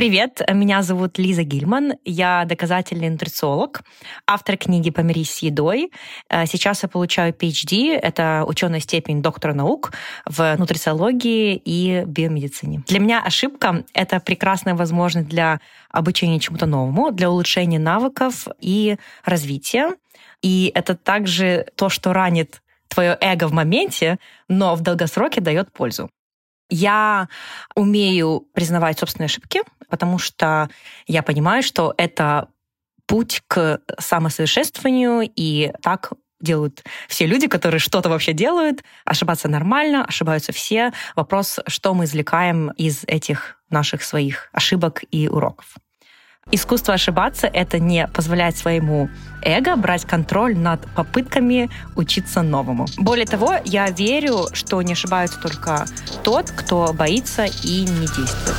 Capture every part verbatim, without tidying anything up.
Привет, меня зовут Лиза Гильман, я доказательный нутрициолог, автор книги «Помирись с едой». Сейчас я получаю пи эйч ди, это ученая степень доктора наук в нутрициологии и биомедицине. Для меня ошибка — это прекрасная возможность для обучения чему-то новому, для улучшения навыков и развития. И это также то, что ранит твое эго в моменте, но в долгосроке дает пользу. Я умею признавать собственные ошибки, потому что я понимаю, что это путь к самосовершенствованию, и так делают все люди, которые что-то вообще делают. Ошибаться нормально, ошибаются все. Вопрос, что мы извлекаем из этих наших своих ошибок и уроков. Искусство ошибаться — это не позволять своему эго брать контроль над попытками учиться новому. Более того, я верю, что не ошибается только тот, кто боится и не действует.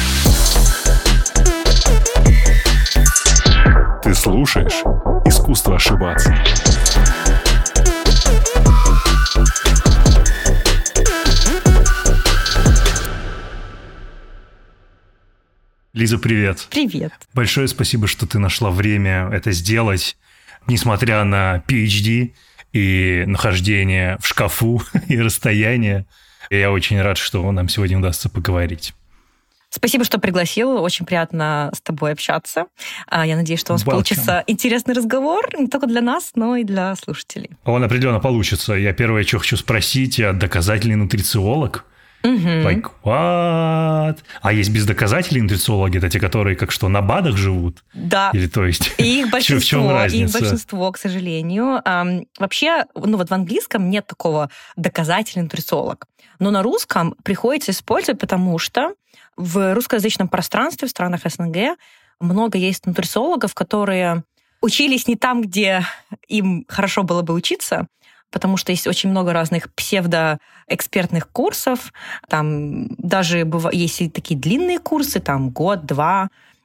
Ты слушаешь «Искусство ошибаться». Лиза, привет. Привет. Большое спасибо, что ты нашла время это сделать, несмотря на пи эйч ди и нахождение в шкафу и расстояние. Я очень рад, что нам сегодня удастся поговорить. Спасибо, что пригласил. Очень приятно с тобой общаться. Я надеюсь, что у нас Welcome. Получится интересный разговор не только для нас, но и для слушателей. Он определенно получится. Я первое, что хочу спросить, я доказательный нутрициолог? Mm-hmm. Like, what? А есть бездоказательные нутрициологи, это те, которые как что, на БАДах живут? Да. Или то есть, и их большинство, в чем разница? Их большинство, к сожалению. Вообще, ну вот в английском нет такого доказательный нутрициолог. Но на русском приходится использовать, потому что в русскоязычном пространстве, в странах эс эн гэ, много есть нутрициологов, которые учились не там, где им хорошо было бы учиться, потому что есть очень много разных псевдоэкспертных курсов. Там даже бывают, есть и такие длинные курсы, там год-два,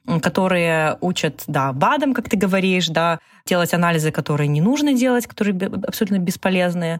которые учат, да, БАДам, как ты говоришь, да, делать анализы, которые не нужно делать, которые абсолютно бесполезные.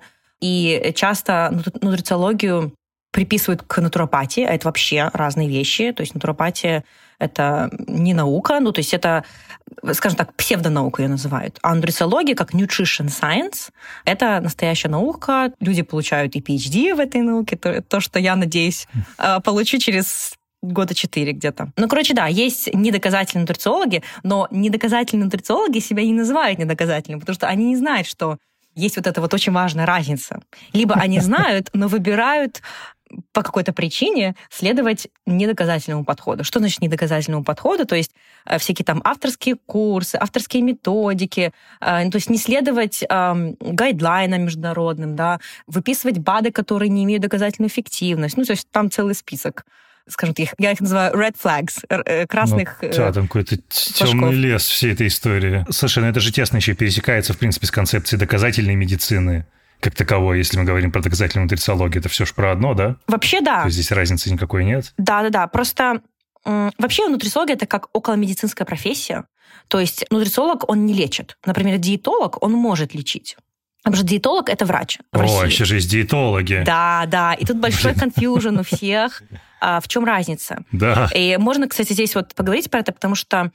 И часто нутрициологию приписывают к натуропатии, а это вообще разные вещи. То есть натуропатия — это не наука, ну, то есть это, скажем так, псевдонауку ее называют. А нутрициология, как nutrition science, это настоящая наука. Люди получают и пи эйч ди в этой науке, то, то что я, надеюсь, получу через года четыре где-то. Ну, короче, да, есть недоказательные нутрициологи, но недоказательные нутрициологи себя не называют недоказательными, потому что они не знают, что есть вот эта вот очень важная разница. Либо они знают, но выбирают по какой-то причине следовать недоказательному подходу. Что значит недоказательному подходу? То есть всякие там авторские курсы, авторские методики, то есть не следовать эм, гайдлайнам международным, да, выписывать БАДы, которые не имеют доказательную эффективность. Ну, то есть там целый список. Скажем так, я их называю red flags, красных ну, да, там какой-то темный лес всей этой истории. Слушай, ну это же тесно еще пересекается, в принципе, с концепцией доказательной медицины как таковой, если мы говорим про доказательную нутрициологию. Это все же про одно, да? Вообще, да. То есть здесь разницы никакой нет? Да-да-да, просто м- вообще нутрициология — это как околомедицинская профессия. То есть нутрициолог, он не лечит. Например, диетолог, он может лечить. Потому что диетолог — это врач в России. О, еще же есть диетологи. Да, да. И тут большой конфьюжн у всех. А в чем разница? Да. И можно, кстати, здесь вот поговорить про это, потому что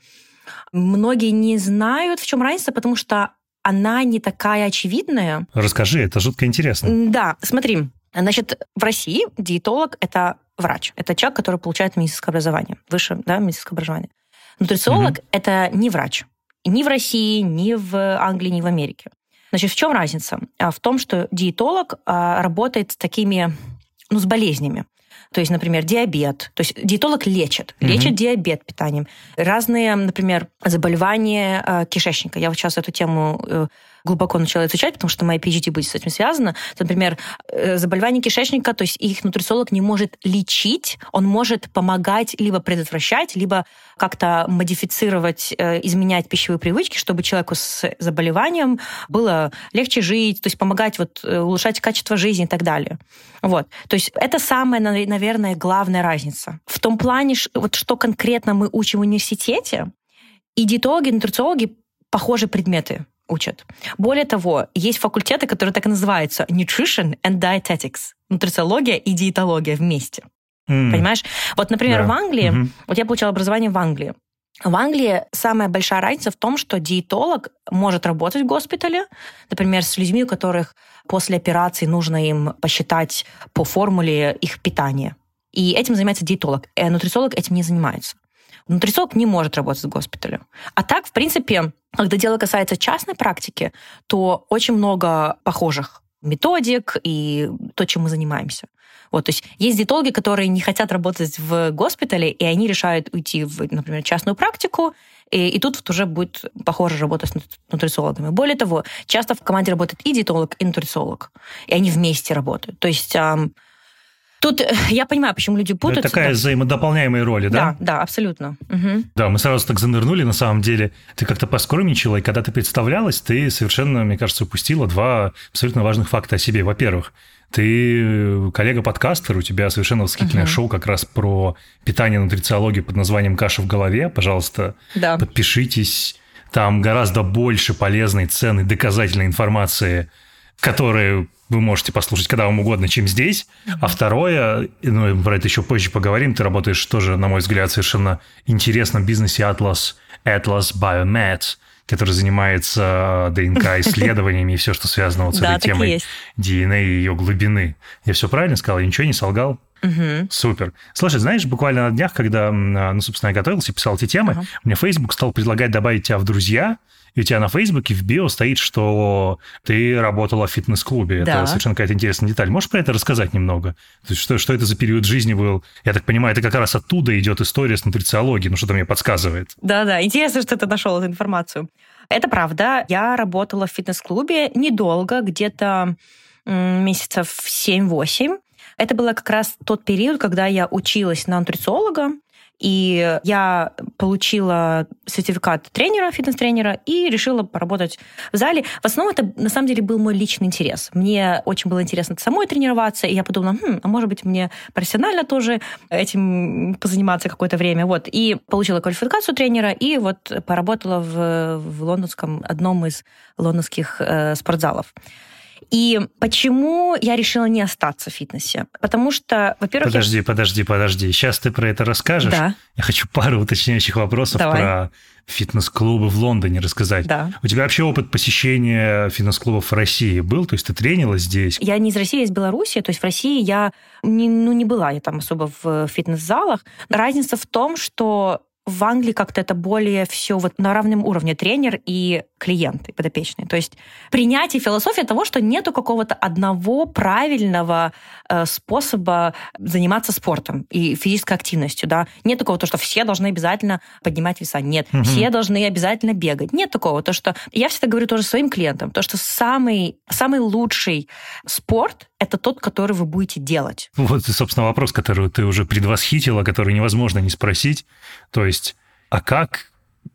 многие не знают, в чем разница, потому что она не такая очевидная. Расскажи, это жутко интересно. Да, смотри. Значит, в России диетолог — это врач. Это человек, который получает медицинское образование. Высшее, да, медицинское образование. Нутрициолог угу. — это не врач. Ни в России, ни в Англии, ни в Америке. Значит, в чем разница? В том, что диетолог работает с такими, ну, с болезнями. То есть, например, диабет. То есть диетолог лечит. Mm-hmm. Лечит диабет питанием. Разные, например, заболевания э, кишечника. Я вот сейчас эту тему э, глубоко начала изучать, потому что моя пи эйч ди будет с этим связана. Например, э, заболевания кишечника, то есть их нутрициолог не может лечить, он может помогать либо предотвращать, либо как-то модифицировать, э, изменять пищевые привычки, чтобы человеку с заболеванием было легче жить, то есть помогать вот, э, улучшать качество жизни и так далее. Вот. То есть это самая, наверное, главная разница. В том плане, вот что конкретно мы учим в университете, и диетологи, и нутрициологи похожие предметы учат. Более того, есть факультеты, которые так и называются Nutrition and Dietetics. Нутрициология и диетология вместе. Mm. Понимаешь? Вот, например, да. в Англии, mm-hmm. вот я получала образование в Англии. В Англии самая большая разница в том, что диетолог может работать в госпитале, например, с людьми, у которых после операции нужно им посчитать по формуле их питание. И этим занимается диетолог. А нутрициолог этим не занимается. Нутрициолог не может работать в госпитале. А так, в принципе, когда дело касается частной практики, то очень много похожих методик и то, чем мы занимаемся. Вот, то есть есть диетологи, которые не хотят работать в госпитале, и они решают уйти в, например, частную практику, и, и тут вот уже будет похоже работа с нутрициологами. Более того, часто в команде работает и диетолог, и нутрициолог, и они вместе работают. То есть эм, тут я понимаю, почему люди путают. Это такая да. взаимодополняемая роли, да? Да, да, абсолютно. Угу. Да, мы сразу так занырнули, на самом деле. Ты как-то поскромничала, и когда ты представлялась, ты совершенно, мне кажется, упустила два абсолютно важных факта о себе. Во-первых, ты коллега-подкастер, у тебя совершенно восхитительное uh-huh. шоу как раз про питание и нутрициологию под названием «Каша в голове». Пожалуйста, да. подпишитесь. Там гораздо больше полезной, ценной, доказательной информации, которую вы можете послушать когда вам угодно, чем здесь. Uh-huh. А второе, ну, про это еще позже поговорим, ты работаешь тоже, на мой взгляд, в совершенно интересном бизнесе Atlas, Atlas Biomed, который занимается ДНК-исследованиями и все, что связано вот с этой темой ди эн эй и ее глубины. Я все правильно сказал? Я ничего не солгал? Угу. Супер. Слушай, знаешь, буквально на днях, когда, ну, собственно, я готовился и писал эти темы, uh-huh. мне Facebook стал предлагать добавить тебя в друзья, и у тебя на Фейсбуке в био стоит, что ты работала в фитнес-клубе. Да. Это совершенно какая-то интересная деталь. Можешь про это рассказать немного? То есть, что, что это за период жизни был? Я так понимаю, это как раз оттуда идет история с нутрициологией, ну, что-то мне подсказывает. Да-да, интересно, что ты нашел эту информацию. Это правда. Я работала в фитнес-клубе недолго, где-то месяцев семь-восемь. Это был как раз тот период, когда я училась на нутрициолога, и я получила сертификат тренера, фитнес-тренера, и решила поработать в зале. В основном это, на самом деле, был мой личный интерес. Мне очень было интересно самой тренироваться, и я подумала, хм, а может быть, мне профессионально тоже этим позаниматься какое-то время. Вот. И получила квалификацию тренера, и вот поработала в, в лондонском, одном из лондонских э, спортзалов. И почему я решила не остаться в фитнесе? Потому что, во-первых... Подожди, я... подожди, подожди. Сейчас ты про это расскажешь. Да. Я хочу пару уточняющих вопросов Давай. Про фитнес-клубы в Лондоне рассказать. Да. У тебя вообще опыт посещения фитнес-клубов в России был? То есть ты тренилась здесь? Я не из России, я из Беларуси. То есть в России я не, ну, не была я там особо в фитнес-залах. Разница в том, что в Англии как-то это более все вот на равном уровне тренер и клиент, и подопечный. То есть принятие философии того, что нету какого-то одного правильного э, способа заниматься спортом и физической активностью. Да? Нет такого, то, что все должны обязательно поднимать веса. Нет. Угу. Все должны обязательно бегать. Нет такого. То, что я всегда говорю тоже своим клиентам, то, что самый, самый лучший спорт — это тот, который вы будете делать. Вот, собственно, вопрос, который ты уже предвосхитила, который невозможно не спросить. То есть, а как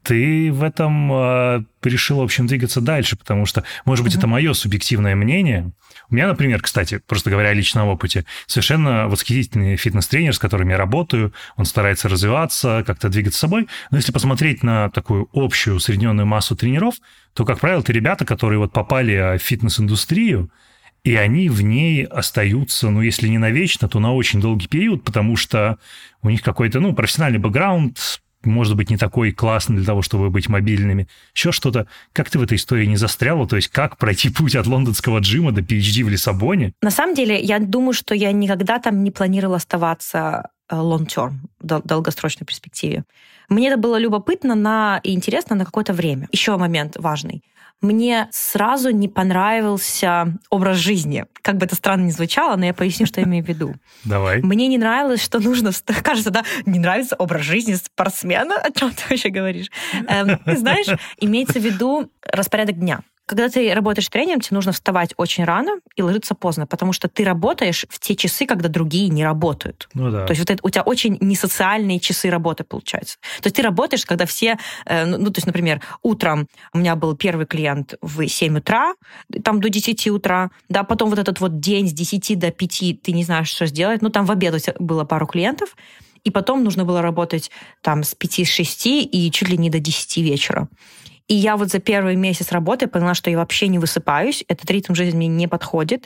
ты в этом э, решила, в общем, двигаться дальше? Потому что, может быть, mm-hmm. это мое субъективное мнение. У меня, например, кстати, просто говоря о личном опыте, совершенно восхитительный фитнес-тренер, с которым я работаю, он старается развиваться, как-то двигаться с собой. Но если посмотреть на такую общую усредненную массу тренеров, то, как правило, это ребята, которые вот попали в фитнес-индустрию, и они в ней остаются, ну, если не навечно, то на очень долгий период, потому что у них какой-то, ну, профессиональный бэкграунд, может быть, не такой классный для того, чтобы быть мобильными, еще что-то. Как ты в этой истории не застряла? То есть как пройти путь от лондонского джима до пи эйч ди в Лиссабоне? На самом деле, я думаю, что я никогда там не планировала оставаться long-term, в долгосрочной перспективе. Мне это было любопытно на, и интересно на какое-то время. Еще момент важный. Мне сразу не понравился образ жизни. Как бы это странно ни звучало, но я поясню, что я имею в виду. Давай. Мне не нравилось, что нужно... Кажется, да, не нравится образ жизни спортсмена. О чем ты вообще говоришь? Эм, знаешь, имеется в виду распорядок дня. Когда ты работаешь тренером, тебе нужно вставать очень рано и ложиться поздно, потому что ты работаешь в те часы, когда другие не работают. Ну да. То есть вот это, у тебя очень несоциальные часы работы получаются. То есть ты работаешь, когда все... Э, ну, то есть, например, утром у меня был первый клиент в семь утра, там до десяти утра, да, потом вот этот вот день с десяти до пяти ты не знаешь, что сделать. Ну, там в обед у тебя было пару клиентов, и потом нужно было работать там с пяти-шести и чуть ли не до десяти вечера. И я вот за первый месяц работы поняла, что я вообще не высыпаюсь, этот ритм жизни мне не подходит.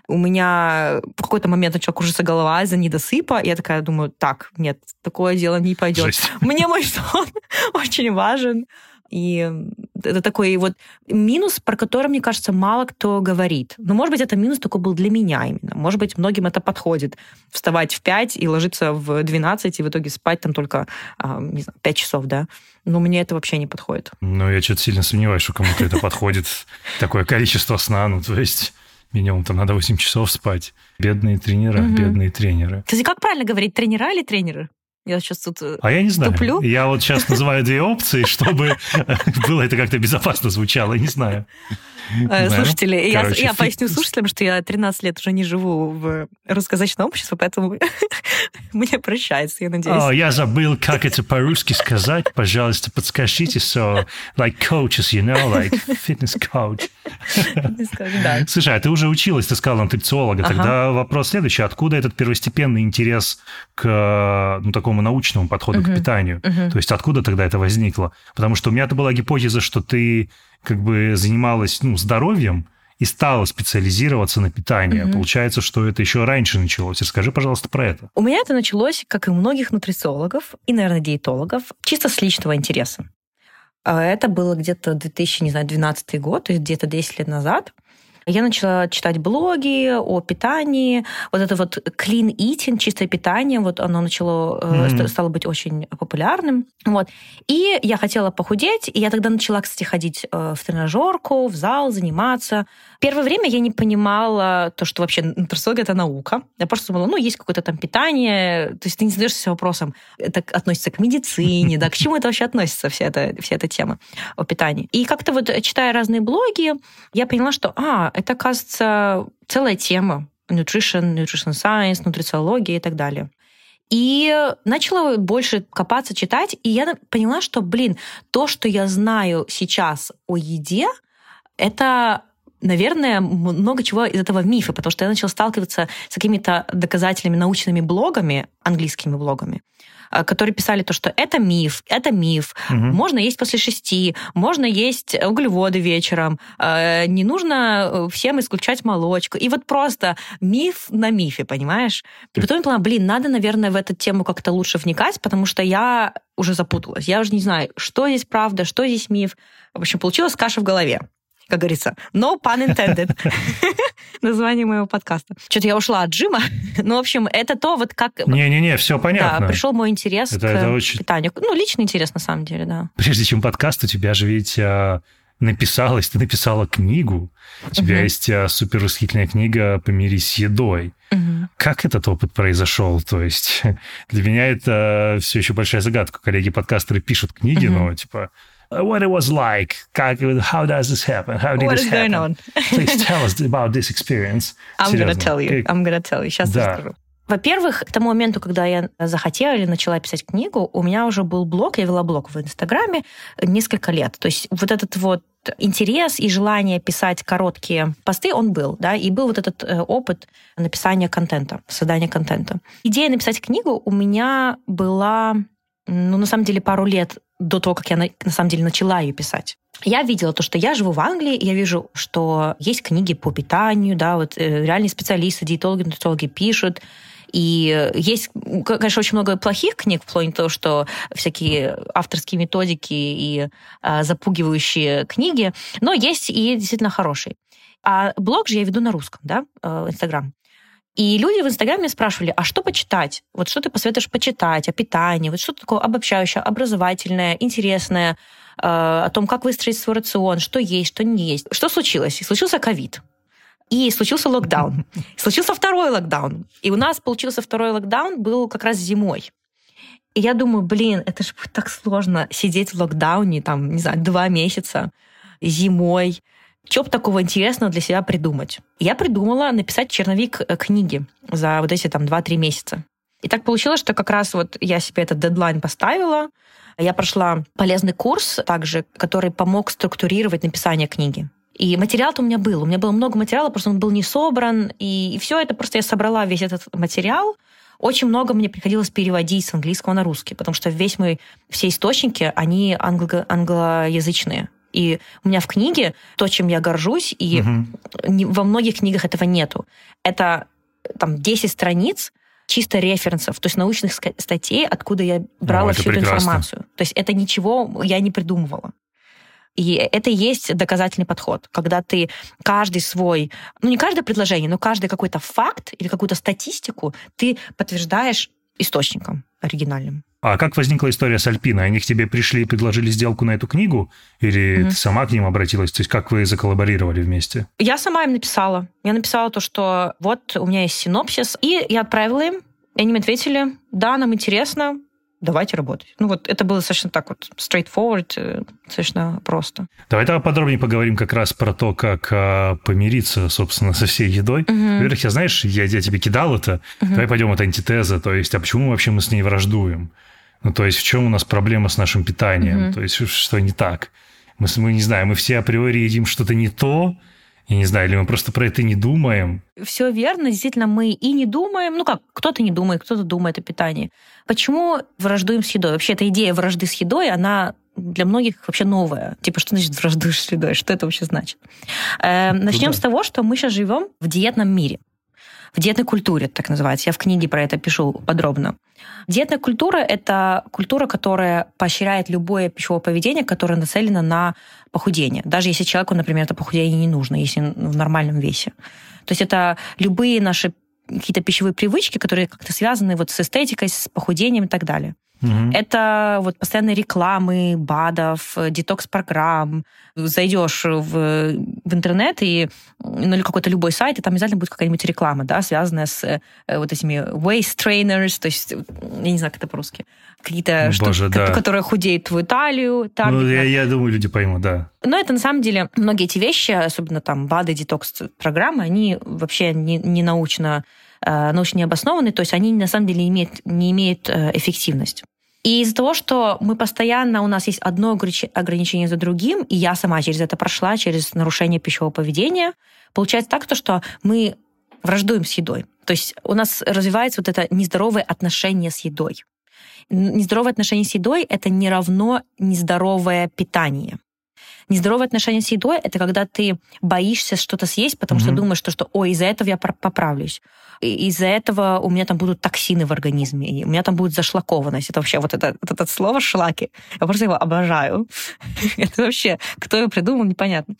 У меня в какой-то момент начала кружиться голова из-за недосыпа. И я такая думаю, так, нет, такое дело не пойдет. Жесть. Мне мой сон очень важен. И это такой вот минус, про который, мне кажется, мало кто говорит. Но, может быть, это минус только был для меня именно. Может быть, многим это подходит. Вставать в пять и ложиться в двенадцать, и в итоге спать там только, не знаю, пять часов, да. Но мне это вообще не подходит. Ну, я что-то сильно сомневаюсь, что кому-то это подходит. Такое количество сна, ну, то есть... Минимум там надо восемь часов спать. Бедные тренера, угу. бедные тренеры. Кстати, как правильно говорить, тренера или тренеры? Я сейчас тут А я не знаю. туплю. Я вот сейчас называю две опции, чтобы было это как-то безопасно звучало, не знаю. Слушатели, я, я поясню слушателям, что я тринадцать лет уже не живу в русскоязычном обществе, поэтому мне прощается, я надеюсь. О, я забыл, как это по-русски сказать. Пожалуйста, подскажите. So, like coaches, you know, like fitness coach. Да. Слушай, а ты уже училась, ты сказала, нутрициолога. Ага. Тогда вопрос следующий. Откуда этот первостепенный интерес к ну, такому научному подходу uh-huh. к питанию? Uh-huh. То есть откуда тогда это возникло? Потому что у меня-то была гипотеза, что ты как бы занималась ну, здоровьем и стала специализироваться на питании. Mm-hmm. Получается, что это еще раньше началось. Расскажи, пожалуйста, про это. У меня это началось, как и у многих нутрициологов и, наверное, диетологов, чисто с личного интереса. Это было где-то две тысячи двенадцатый год, то есть где-то десять лет назад. Я начала читать блоги о питании. Вот это вот clean eating, чистое питание, вот оно начало, mm-hmm. стало быть очень популярным. Вот. И я хотела похудеть, и я тогда начала, кстати, ходить в тренажерку, в зал, заниматься. Первое время я не понимала то, что вообще нутрициология – это наука. Я просто думала, ну, есть какое-то там питание. То есть ты не задаешься вопросом, это относится к медицине, да, к чему это вообще относится, вся эта, вся эта тема о питании. И как-то вот, читая разные блоги, я поняла, что, а, это, оказывается, целая тема. Nutrition, nutrition science, нутрициология и так далее. И начала больше копаться, читать, и я поняла, что, блин, то, что я знаю сейчас о еде, это, наверное, много чего из этого мифа, потому что я начала сталкиваться с какими-то доказательными научными блогами, английскими блогами, которые писали то, что это миф, это миф, угу. можно есть после шести, можно есть углеводы вечером, не нужно всем исключать молочку. И вот просто миф на мифе, понимаешь? И потом я поняла, блин, надо, наверное, в эту тему как-то лучше вникать, потому что я уже запуталась. Я уже не знаю, что здесь правда, что здесь миф. В общем, получилась каша в голове. Как говорится, no pun intended. Название моего подкаста. Что-то я ушла от джима. Ну, в общем, это то, вот как... Не-не-не, все понятно. Да, пришел мой интерес это, к это очень... питанию. Ну, личный интерес, на самом деле, да. Прежде чем подкаст, у тебя же ведь а, написалась, ты написала книгу. У тебя uh-huh. есть а, супервосхитительная книга «Помирись с едой». Uh-huh. Как этот опыт произошел? То есть для меня это все еще большая загадка. Коллеги-подкастеры пишут книги, uh-huh. но типа... What it was like, как, how does this happen, how did What this is happen? Going on? Please tell us about this experience. I'm Серьезно. gonna tell you, I'm gonna tell you, сейчас да. расскажу. Во-первых, к тому моменту, когда я захотела или начала писать книгу, у меня уже был блог, я вела блог в Инстаграме несколько лет. То есть вот этот вот интерес и желание писать короткие посты, он был, да, и был вот этот опыт написания контента, создания контента. Идея написать книгу у меня была, ну, на самом деле, пару лет до того, как я на, на самом деле начала ее писать. Я видела то, что я живу в Англии, и я вижу, что есть книги по питанию, да, вот реальные специалисты, диетологи, нутрициологи пишут, и есть, конечно, очень много плохих книг, вплоть до того, что всякие авторские методики и а, запугивающие книги, но есть и действительно хорошие. А блог же я веду на русском, да, Инстаграм. И люди в Инстаграме спрашивали, а что почитать? Вот что ты посоветуешь почитать о питании? Вот что такое обобщающее, образовательное, интересное, э, о том, как выстроить свой рацион, что есть, что не есть. Что случилось? Случился ковид. И случился локдаун. Случился второй локдаун. И у нас получился второй локдаун, был как раз зимой. И я думаю, блин, это же будет так сложно сидеть в локдауне, там, не знаю, два месяца зимой. Что бы такого интересного для себя придумать? Я придумала написать черновик книги за вот эти там два-три месяца. И так получилось, что как раз вот я себе этот дедлайн поставила. Я прошла полезный курс также, который помог структурировать написание книги. И материал-то у меня был. У меня было много материала, просто он был не собран. И, и все это просто я собрала весь этот материал. Очень много мне приходилось переводить с английского на русский, потому что весь мой, все источники, они англо- англоязычные. И у меня в книге то, чем я горжусь, и угу. во многих книгах этого нету. Это там десять страниц чисто референсов, то есть научных статей, откуда я брала О, всю прекрасно. Эту информацию. То есть это ничего я не придумывала. И это и есть доказательный подход, когда ты каждый свой, ну не каждое предложение, но каждый какой-то факт или какую-то статистику ты подтверждаешь источником оригинальным. А как возникла история с Альпиной? Они к тебе пришли и предложили сделку на эту книгу? Или mm-hmm. ты сама к ним обратилась? То есть как вы заколлаборировали вместе? Я сама им написала. Я написала то, что вот у меня есть синопсис, и я отправила им, и они мне ответили, да, нам интересно, давайте работать. Ну вот это было достаточно так вот straightforward, достаточно просто. Давай тогда подробнее поговорим как раз про то, как а, помириться, собственно, со всей едой. Uh-huh. Во-первых, я, знаешь, я, я тебе кидал это, uh-huh. давай пойдем от антитеза, то есть, а почему вообще мы с ней враждуем? Ну, то есть, в чем у нас проблема с нашим питанием? Uh-huh. То есть, что не так? Мы, мы не знаем, мы все априори едим что-то не то, я не знаю, или мы просто про это не думаем. Все верно, действительно, мы и не думаем. Ну как, кто-то не думает, кто-то думает о питании. Почему враждуем с едой? Вообще, эта идея вражды с едой, она для многих вообще новая. Типа, что значит враждуешь с едой? Что это вообще значит? Э, начнем с того, что мы сейчас живем в диетном мире. В диетной культуре, так называется. Я в книге про это пишу подробно. Диетная культура – это культура, которая поощряет любое пищевое поведение, которое нацелено на похудение. Даже если человеку, например, это похудение не нужно, если он в нормальном весе. То есть это любые наши какие-то пищевые привычки, которые как-то связаны вот с эстетикой, с похудением и так далее. Угу. Это вот постоянные рекламы БАДов, детокс-программ. Зайдешь в, в интернет и, ну, или какой-то любой сайт, и там обязательно будет какая-нибудь реклама, да, связанная с вот этими waist trainers, то есть, я не знаю, как это по-русски, какие-то Боже, штуки, да. которые худеют твою талию. Ну, я, я думаю, люди поймут, да. Но это, на самом деле, многие эти вещи, особенно там БАДы, детокс-программы, они вообще не, не научно научно необоснованные, то есть они на самом деле имеют, не имеют эффективность. И из-за того, что мы постоянно, у нас есть одно ограничение за другим, и я сама через это прошла, через нарушение пищевого поведения, получается так, что мы враждуем с едой. То есть у нас развивается вот это нездоровое отношение с едой. Нездоровое отношение с едой – это не равно нездоровое питание. Нездоровое отношение с едой – это когда ты боишься что-то съесть, потому mm-hmm. что думаешь, что, что ой, из-за этого я поправлюсь. И из-за этого у меня там будут токсины в организме, и у меня там будет зашлакованность. Это вообще вот это, вот это слово «шлаки». Я просто его обожаю. Это вообще, кто его придумал, непонятно.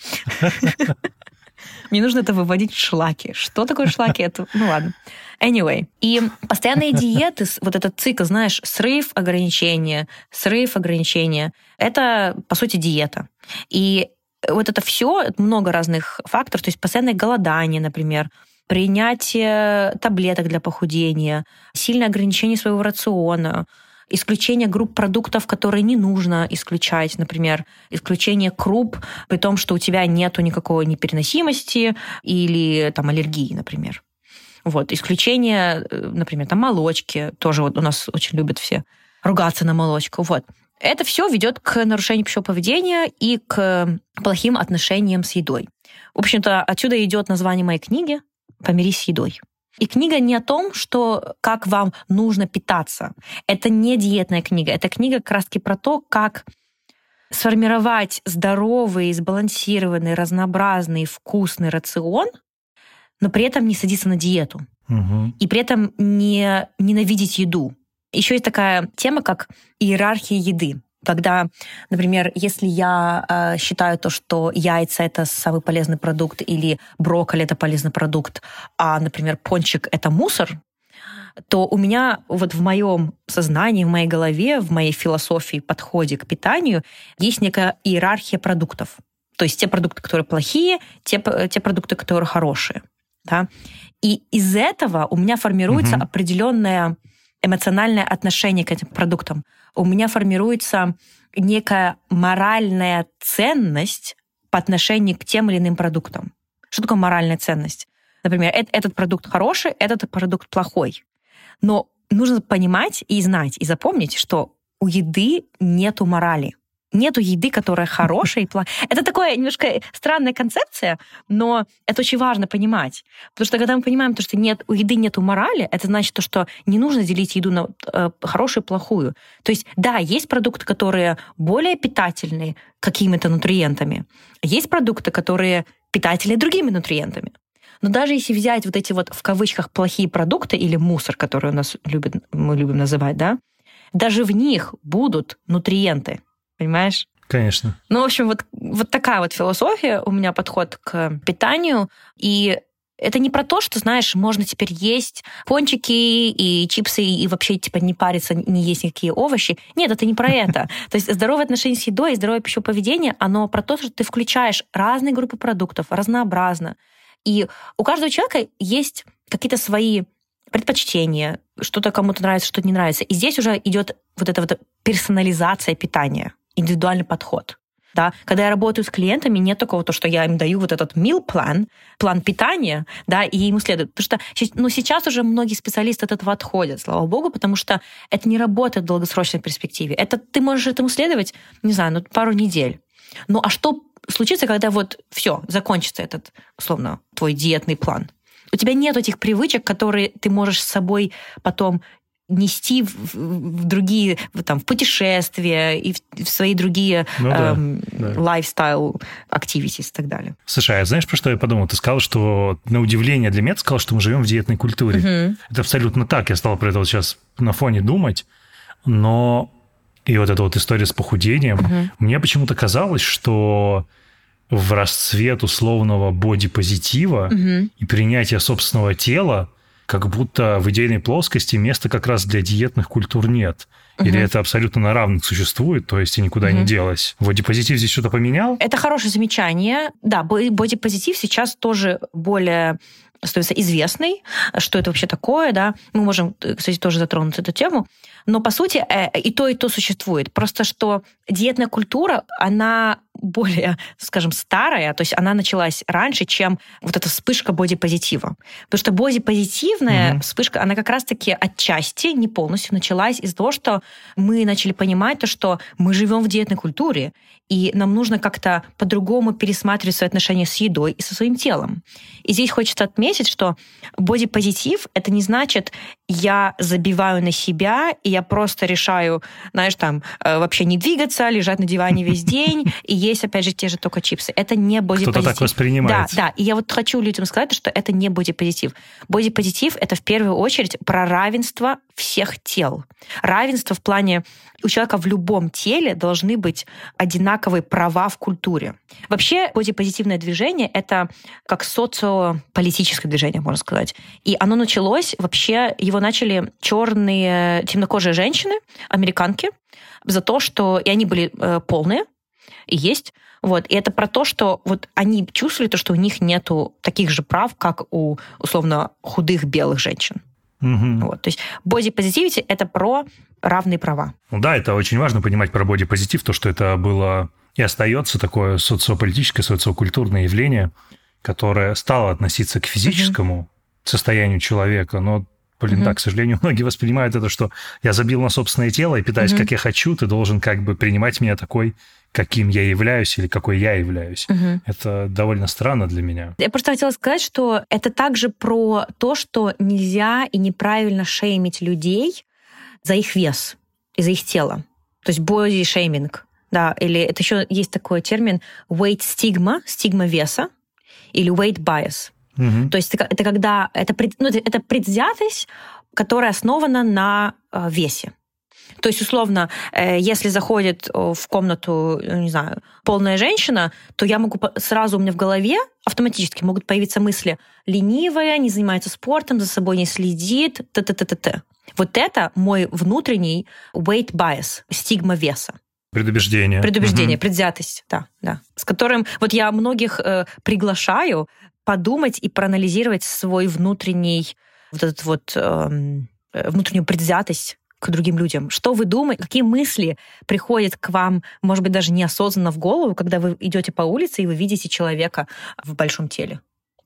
Мне нужно это выводить в шлаки. Что такое шлаки? Это, ну ладно. Anyway. И постоянные диеты, вот этот цикл, знаешь, срыв, ограничения, срыв, ограничения, это, по сути, диета. И вот это все, много разных факторов, то есть постоянное голодание, например, принятие таблеток для похудения, сильное ограничение своего рациона, исключение групп продуктов, которые не нужно исключать, например, исключение круп, при том, что у тебя нету никакой непереносимости или там, аллергии, например. Вот. Исключение, например, там, молочки, тоже вот у нас очень любят все ругаться на молочку. Вот. Это все ведет к нарушению пищевого поведения и к плохим отношениям с едой. В общем-то, отсюда идет название моей книги «Помирись с едой». И книга не о том, что как вам нужно питаться. Это не диетная книга. Это книга как раз-таки про то, как сформировать здоровый, сбалансированный, разнообразный, вкусный рацион, но при этом не садиться на диету. Угу. И при этом не ненавидеть еду. Еще есть такая тема, как иерархия еды. Когда, например, если я э, считаю то, что яйца – это самый полезный продукт, или брокколи – это полезный продукт, а, например, пончик – это мусор, то у меня вот в моем сознании, в моей голове, в моей философии, подходе к питанию есть некая иерархия продуктов. То есть те продукты, которые плохие, те, те продукты, которые хорошие. Да? И из этого у меня формируется угу. определенное эмоциональное отношение к этим продуктам. У меня формируется некая моральная ценность по отношению к тем или иным продуктам. Что такое моральная ценность? Например, этот продукт хороший, этот продукт плохой. Но нужно понимать и знать, и запомнить, что у еды нету морали. нету еды, которая хорошая и плохая. Это такая немножко странная концепция, но это очень важно понимать. Потому что когда мы понимаем, то, что нет, у еды нету морали, это значит, то, что не нужно делить еду на э, хорошую и плохую. То есть, да, есть продукты, которые более питательные какими-то нутриентами. Есть продукты, которые питательны другими нутриентами. Но даже если взять вот эти вот в кавычках плохие продукты или мусор, который у нас любят, мы любим называть, да, даже в них будут нутриенты. Понимаешь? Конечно. Ну, в общем, вот, вот такая вот философия у меня, подход к питанию. И это не про то, что, знаешь, можно теперь есть пончики и чипсы и вообще типа не париться, не есть никакие овощи. Нет, это не про это. То есть здоровое отношение с едой и здоровое пищеповедение, оно про то, что ты включаешь разные группы продуктов, разнообразно. И у каждого человека есть какие-то свои предпочтения, что-то кому-то нравится, что-то не нравится. И здесь уже идет вот эта вот персонализация питания, индивидуальный подход. Да? Когда я работаю с клиентами, нет такого, то, что я им даю вот этот meal plan, план питания, да, и ему следует. Потому что ну, сейчас уже многие специалисты от этого отходят, слава богу, потому что это не работает в долгосрочной перспективе. Это ты можешь этому следовать, не знаю, ну, пару недель. Ну, а что случится, когда вот все, закончится этот, условно, твой диетный план? У тебя нет этих привычек, которые ты можешь с собой потом нести в, в другие, в, там, в путешествия и в, в свои другие ну, эм, да, да. lifestyle activities и так далее. Слушай, а знаешь, про что я подумал? Ты сказал, что на удивление для меня ты сказал, что мы живем в диетной культуре. Uh-huh. Это абсолютно так. Я стал про это вот сейчас на фоне думать, но и вот эта вот история с похудением, uh-huh. мне почему-то казалось, что в расцвет условного бодипозитива uh-huh. и принятия собственного тела как будто в идейной плоскости места как раз для диетных культур нет. Или uh-huh. это абсолютно на равных существует, то есть и никуда uh-huh. не делось. Бодипозитив здесь что-то поменял? Это хорошее замечание. Да, бодипозитив сейчас тоже более становится известный, что это вообще такое, да. Мы можем, кстати, тоже затронуть эту тему. Но, по сути, и то, и то существует. Просто что диетная культура, она более, скажем, старая, то есть она началась раньше, чем вот эта вспышка бодипозитива. Потому что бодипозитивная угу. вспышка, она как раз-таки отчасти, не полностью, началась из-за того, что мы начали понимать то, что мы живем в диетной культуре, и нам нужно как-то по-другому пересматривать свои отношения с едой и со своим телом. И здесь хочется отметить, что бодипозитив — это не значит, я забиваю на себя, и я просто решаю, знаешь, там, вообще не двигаться, лежать на диване весь день, и есть, опять же, те же только чипсы. Это не бодипозитив. Кто-то так воспринимает. Да, да. И я вот хочу людям сказать, что это не бодипозитив. Бодипозитив — это в первую очередь про равенство всех тел. Равенство в плане у человека в любом теле должны быть одинаковые права в культуре. Вообще, бодипозитивное движение — это как социополитическое движение, можно сказать. И оно началось, вообще, его начали черные темнокожие женщины, американки, за то, что и они были э, полные, и есть. Вот. И это про то, что вот они чувствовали, то, что у них нету таких же прав, как у, условно, худых белых женщин. Угу. Вот. То есть бодипозитивити — это про равные права. Ну да, это очень важно понимать про бодипозитив, то, что это было и остается такое социополитическое, социокультурное явление, которое стало относиться к физическому угу. состоянию человека, но, блин, угу. да, к сожалению, многие воспринимают это, что я забил на собственное тело и питаюсь, угу. как я хочу, ты должен как бы принимать меня такой, каким я являюсь или какой я являюсь. Угу. Это довольно странно для меня. Я просто хотела сказать, что это также про то, что нельзя и неправильно шеймить людей за их вес и за их тело. То есть боди-шейминг. Да, или это еще есть такой термин weight stigma, стигма веса, или weight bias. Угу. То есть это, это когда это, ну, это предвзятость, которая основана на э, весе. То есть, условно, если заходит в комнату, не знаю, полная женщина, то я могу сразу, у меня в голове автоматически могут появиться мысли: ленивая, не занимается спортом, за собой не следит, т-т-т-т-т. Вот это мой внутренний weight bias, стигма веса. Предубеждение. Предубеждение, угу. предвзятость, да, да. С которым вот я многих э, приглашаю подумать и проанализировать свой внутренний, вот этот вот э, внутреннюю предвзятость к другим людям. Что вы думаете, какие мысли приходят к вам, может быть, даже неосознанно в голову, когда вы идете по улице и вы видите человека в большом теле?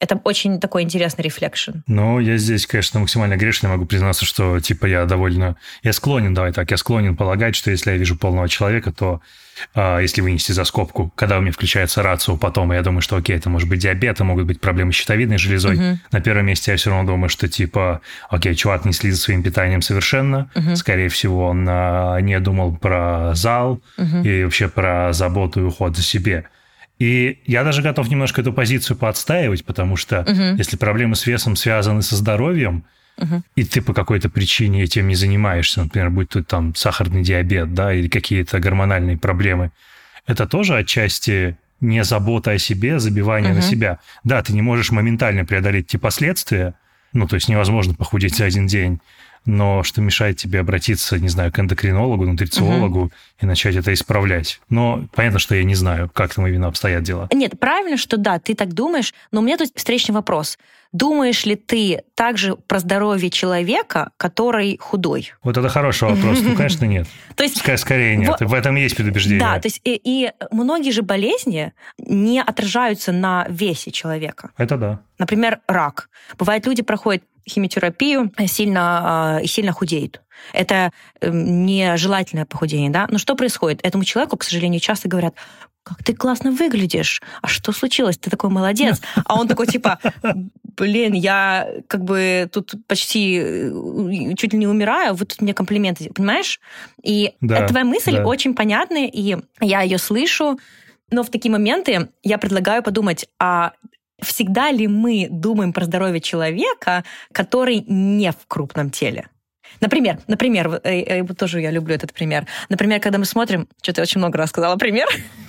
Это очень такой интересный рефлекшн. Ну, я здесь, конечно, максимально грешный, могу признаться, что, типа, я довольно... Я склонен, давай так, я склонен полагать, что если я вижу полного человека, то э, если вынести за скобку, когда у меня включается рацио потом, я думаю, что, окей, это может быть диабет, это могут быть проблемы с щитовидной железой. Uh-huh. На первом месте я все равно думаю, что, типа, окей, чувак не следит за своим питанием совершенно. Uh-huh. Скорее всего, он э, не думал про зал uh-huh. и вообще про заботу и уход за себе. И я даже готов немножко эту позицию поотстаивать, потому что uh-huh. если проблемы с весом связаны со здоровьем, uh-huh. и ты по какой-то причине этим не занимаешься, например, будь то там сахарный диабет, да, или какие-то гормональные проблемы, это тоже отчасти не забота о себе, забивание uh-huh. на себя. Да, ты не можешь моментально преодолеть те последствия, ну, то есть невозможно похудеть за один день, но что мешает тебе обратиться, не знаю, к эндокринологу, нутрициологу uh-huh. и начать это исправлять. Но понятно, что я не знаю, как там именно обстоят дела. Нет, правильно, что да, ты так думаешь, но у меня тут встречный вопрос. Думаешь ли ты также про здоровье человека, который худой? Вот это хороший вопрос. Ну, конечно, нет. То есть, Ск- скорее нет. В... в этом есть предубеждение. Да, то есть и, и многие же болезни не отражаются на весе человека. Это да. Например, рак. Бывает, люди проходят химиотерапию сильно, и сильно худеют. Это нежелательное похудение, да? Но что происходит? Этому человеку, к сожалению, часто говорят: как ты классно выглядишь, а что случилось? Ты такой молодец. А он такой типа: блин, я как бы тут почти чуть ли не умираю, вы тут мне комплименты, понимаешь? И да, твоя мысль да. очень понятная, и я ее слышу, но в такие моменты я предлагаю подумать, а всегда ли мы думаем про здоровье человека, который не в крупном теле? Например, например, тоже я люблю этот пример. Например, когда мы смотрим, что-то я очень много раз сказала пример,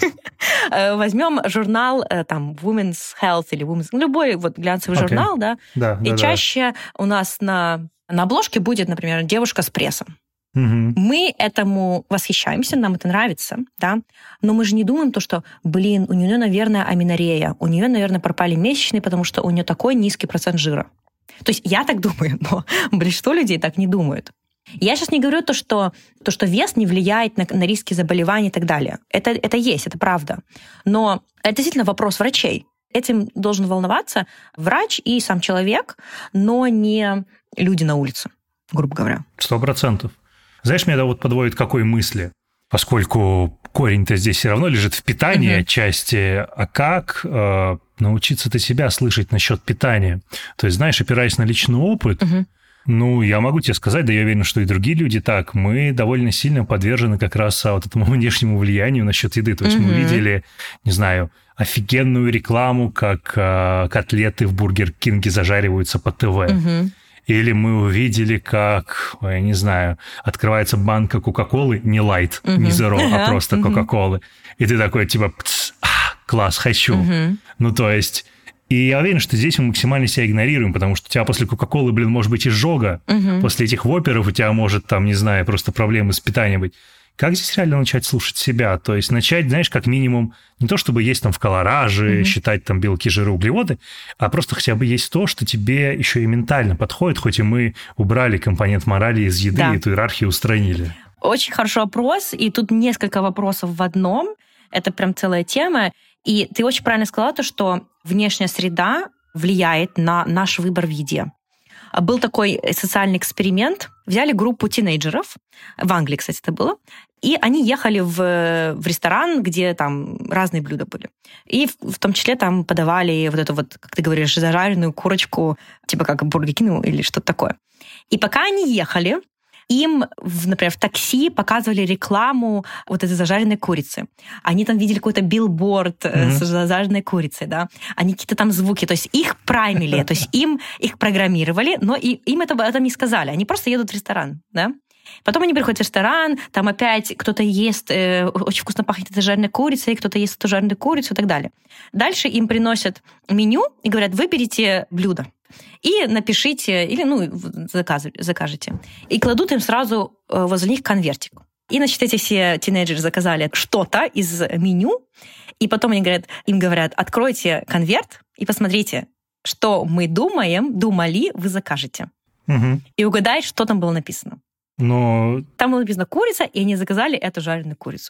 возьмем журнал там Women's Health или Women's, любой вот глянцевый okay. журнал, да, да и да, чаще да. у нас на, на обложке будет, например, девушка с прессом. Угу. Мы этому восхищаемся, нам это нравится, да, но мы же не думаем то, что, блин, у нее, наверное, аменорея, у нее, наверное, пропали месячные, потому что у нее такой низкий процент жира. То есть я так думаю, но большинство людей так не думают. Я сейчас не говорю то, что, то, что вес не влияет на, на риски заболеваний и так далее. Это, это есть, это правда. Но это действительно вопрос врачей. Этим должен волноваться врач и сам человек, но не люди на улице, грубо говоря. Сто процентов. Знаешь, меня это вот подводит к какой мысли? Поскольку корень-то здесь все равно лежит в питании uh-huh. отчасти, а как э, научиться-то себя слышать насчет питания? То есть, знаешь, опираясь на личный опыт, uh-huh. ну, я могу тебе сказать, да я уверен, что и другие люди так, мы довольно сильно подвержены как раз вот этому внешнему влиянию насчет еды. То есть uh-huh. мы видели, не знаю, офигенную рекламу, как э, котлеты в Бургер Кинге зажариваются по ТВ. Uh-huh. Или мы увидели, как, я не знаю, открывается банка Кока-Колы, не лайт, uh-huh. не зеро, uh-huh. а просто uh-huh. Кока-Колы. И ты такой, типа, а, класс, хочу. Uh-huh. Ну, то есть... И я уверен, что здесь мы максимально себя игнорируем, потому что у тебя после Кока-Колы, блин, может быть изжога. Uh-huh. После этих воперов у тебя может, там, не знаю, просто проблемы с питанием быть. Как здесь реально начать слушать себя? То есть начать, знаешь, как минимум, не то чтобы есть там в колораже, mm-hmm. считать там белки, жиры, углеводы, а просто хотя бы есть то, что тебе еще и ментально подходит, хоть и мы убрали компонент морали из еды, да. и эту иерархию устранили. Очень хороший вопрос, и тут несколько вопросов в одном. Это прям целая тема. И ты очень правильно сказала то, что внешняя среда влияет на наш выбор в еде. Был такой социальный эксперимент. Взяли группу тинейджеров, в Англии, кстати, это было, и они ехали в, в ресторан, где там разные блюда были. И в, в том числе там подавали вот эту вот, как ты говоришь, зажаренную курочку, типа как Бургер Кинг или что-то такое. И пока они ехали, им, например, в такси показывали рекламу вот этой зажаренной курицы. Они там видели какой-то билборд mm-hmm. с зажаренной курицей, да. Они какие-то там звуки, то есть их праймили, то есть им их программировали, но и, им это, это не сказали. Они просто едут в ресторан, да. Потом они приходят в ресторан, там опять кто-то ест, э, очень вкусно пахнет этой жареной курицей, кто-то ест эту жареную курицу и так далее. Дальше им приносят меню и говорят: выберите блюдо. И напишите, или ну, закажете. И кладут им сразу возле них конвертик. И, значит, эти все тинейджеры заказали что-то из меню, и потом они говорят, им говорят: откройте конверт и посмотрите, что мы думаем, думали, вы закажете. Угу. И угадайте, что там было написано. Но... Там было написано курица, и они заказали эту жареную курицу.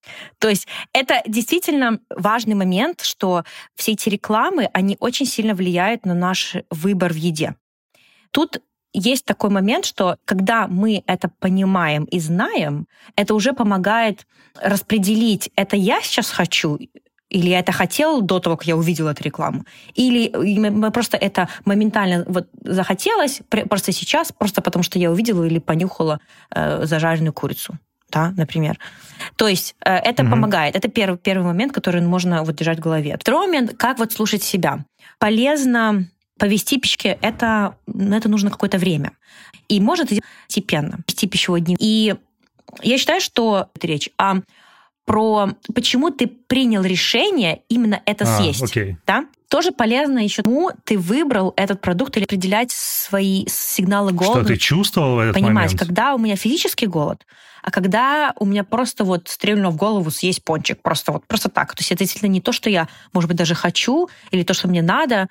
То есть это действительно важный момент, что все эти рекламы, они очень сильно влияют на наш выбор в еде. Тут есть такой момент, что когда мы это понимаем и знаем, это уже помогает распределить, это я сейчас хочу, или я это хотел до того, как я увидела эту рекламу, или просто это моментально вот захотелось, просто сейчас, просто потому что я увидела или понюхала э, зажаренную курицу, да, например. То есть э, это mm-hmm. помогает. Это первый, первый момент, который можно вот держать в голове. Второй момент, как вот слушать себя. Полезно повести пищи, это, это нужно какое-то время. И может постепенно вести пищевой дневник. И я считаю, что это речь о про почему ты принял решение именно это а, съесть. Окей. Да? Тоже полезно еще, почему ты выбрал этот продукт, или определять свои сигналы голода. Что ты чувствовал в этот понимать, момент? Понимать, когда у меня физический голод, а когда у меня просто вот стрельнуло в голову съесть пончик. Просто вот просто так. То есть это действительно не то, что я, может быть, даже хочу, или то, что мне надо.